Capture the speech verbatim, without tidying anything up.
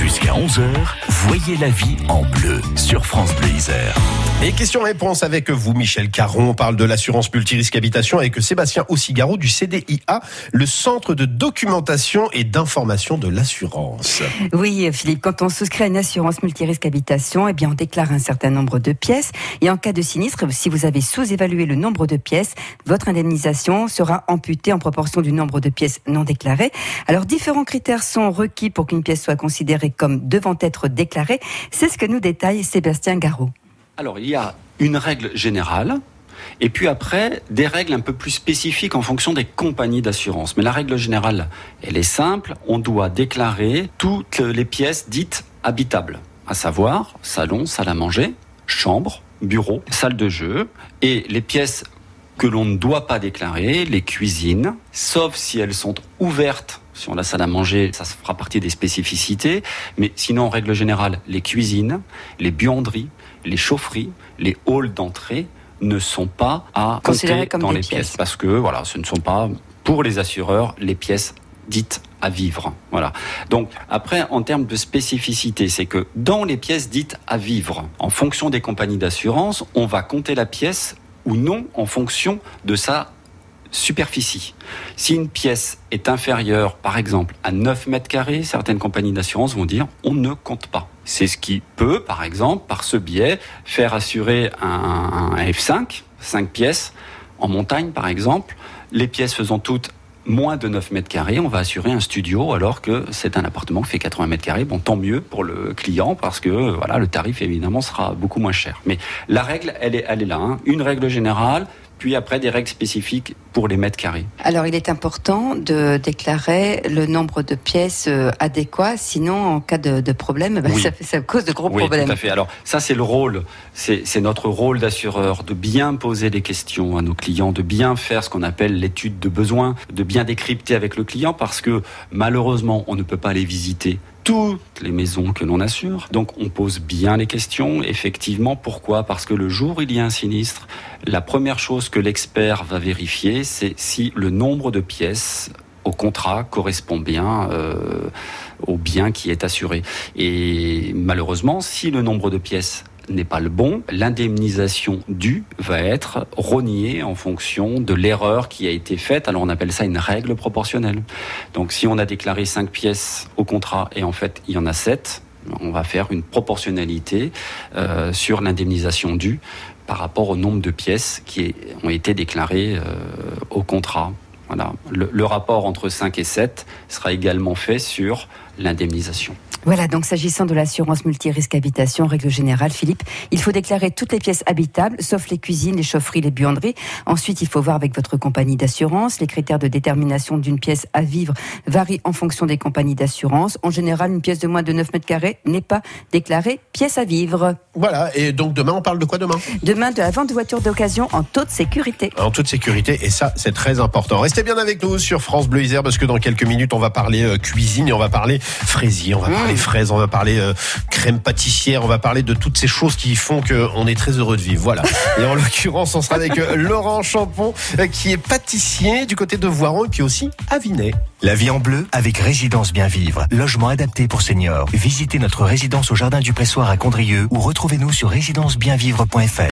Jusqu'à onze heures, voyez la vie en bleu sur France Bleu Isère. Et question-réponse avec vous, Michel Caron. On parle de l'assurance multirisque habitation avec Sébastien Ossigaro du C D I A, le Centre de documentation et d'information de l'assurance. Oui, Philippe, quand on souscrit à une assurance multirisque habitation, eh bien, on déclare un certain nombre de pièces. Et en cas de sinistre, si vous avez sous-évalué le nombre de pièces, votre indemnisation sera amputée en proportion du nombre de pièces non déclarées. Alors, différents critères sont requis pour qu'une pièce soit considérée comme devant être déclarée. C'est ce que nous détaille Sébastien Garot. Alors, il y a une règle générale, et puis après, des règles un peu plus spécifiques en fonction des compagnies d'assurance. Mais la règle générale, elle est simple, on doit déclarer toutes les pièces dites habitables, à savoir salon, salle à manger, chambre, bureau, salle de jeu, et les pièces que l'on ne doit pas déclarer, les cuisines, sauf si elles sont ouvertes. Sur la salle à manger, ça fera partie des spécificités, mais sinon, en règle générale, les cuisines, les buanderies, les chaufferies, les halls d'entrée ne sont pas à compter dans les pièces. pièces parce que voilà, ce ne sont pas pour les assureurs les pièces dites à vivre. Voilà. Donc après, en termes de spécificité, c'est que dans les pièces dites à vivre, en fonction des compagnies d'assurance, on va compter la pièce ou non en fonction de sa superficie. Si une pièce est inférieure, par exemple, à neuf mètres carrés, certaines compagnies d'assurance vont dire on ne compte pas. C'est ce qui peut, par exemple, par ce biais, faire assurer un, un F cinq, cinq pièces, en montagne, par exemple. Les pièces faisant toutes moins de neuf mètres carrés, on va assurer un studio alors que c'est un appartement qui fait quatre-vingts mètres carrés. Bon, tant mieux pour le client parce que voilà, le tarif, évidemment, sera beaucoup moins cher. Mais la règle, elle est, elle est là. Hein. Une règle générale, puis après des règles spécifiques pour les mètres carrés. Alors, il est important de déclarer le nombre de pièces adéquats, sinon, en cas de, de problème, ben, oui. ça, ça cause de gros oui, problèmes. Oui, tout à fait. Alors, ça, c'est le rôle, c'est, c'est notre rôle d'assureur, de bien poser des questions à nos clients, de bien faire ce qu'on appelle l'étude de besoin, de bien décrypter avec le client, parce que, malheureusement, on ne peut pas les visiter toutes les maisons que l'on assure. Donc on pose bien les questions, effectivement. Pourquoi ? Parce que le jour où il y a un sinistre, la première chose que l'expert va vérifier, c'est si le nombre de pièces au contrat correspond bien euh, au bien qui est assuré. Et malheureusement, si le nombre de pièces n'est pas le bon, l'indemnisation due va être rognées en fonction de l'erreur qui a été faite. Alors on appelle ça une règle proportionnelle. Donc si on a déclaré cinq pièces au contrat et en fait il y en a sept, on va faire une proportionnalité euh, sur l'indemnisation due par rapport au nombre de pièces qui ont été déclarées euh, au contrat. Voilà. Le, le rapport entre cinq et sept sera également fait sur l'indemnisation. Voilà, donc s'agissant de l'assurance multirisque habitation, règle générale, Philippe, il faut déclarer toutes les pièces habitables, sauf les cuisines, les chaufferies, les buanderies. Ensuite, il faut voir avec votre compagnie d'assurance. Les critères de détermination d'une pièce à vivre varient en fonction des compagnies d'assurance. En général, une pièce de moins de neuf mètres carrés n'est pas déclarée pièce à vivre. Voilà, et donc demain, on parle de quoi demain ? Demain, de la vente de voitures d'occasion en toute sécurité. En toute sécurité, et ça, c'est très important. Restez bien avec nous sur France Bleu Isère, parce que dans quelques minutes, on va parler euh, cuisine, et on va parler fraisier, on va mmh. parler fraises, on va parler euh, crème pâtissière, on va parler de toutes ces choses qui font qu'on est très heureux de vivre. Voilà. Et en l'occurrence, on sera avec euh, Laurent Champon, euh, qui est pâtissier du côté de Voiron, et puis aussi à Vinay. La vie en bleu avec Résidence Bien Vivre, logement adapté pour seniors. Visitez notre résidence au Jardin du Pressoir à Condrieu ou retrouvez-nous sur résidence bien vivre point f r.